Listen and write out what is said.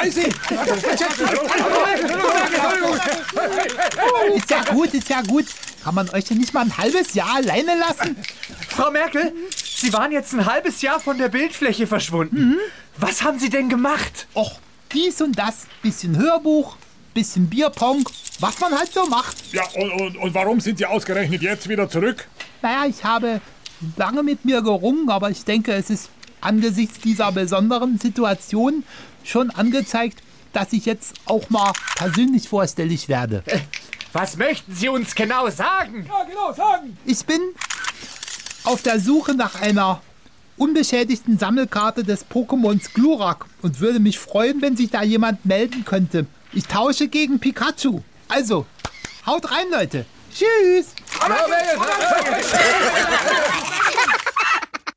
ist sie! Ist ja gut. Kann man euch denn nicht mal ein halbes Jahr alleine lassen? Frau Merkel, Sie waren jetzt ein halbes Jahr von der Bildfläche verschwunden. Was haben Sie denn gemacht? Och, dies und das. Bisschen Hörbuch, bisschen Bierpong. Was man halt so macht. Ja, und warum sind Sie ausgerechnet jetzt wieder zurück? Naja, ich habe lange mit mir gerungen, aber ich denke, es ist angesichts dieser besonderen Situation schon angezeigt, dass ich jetzt auch mal persönlich vorstellig werde. Was möchten Sie uns genau sagen? Ja, genau, sagen! Ich bin auf der Suche nach einer unbeschädigten Sammelkarte des Pokémons Glurak und würde mich freuen, wenn sich da jemand melden könnte. Ich tausche gegen Pikachu. Also, haut rein, Leute. Tschüss.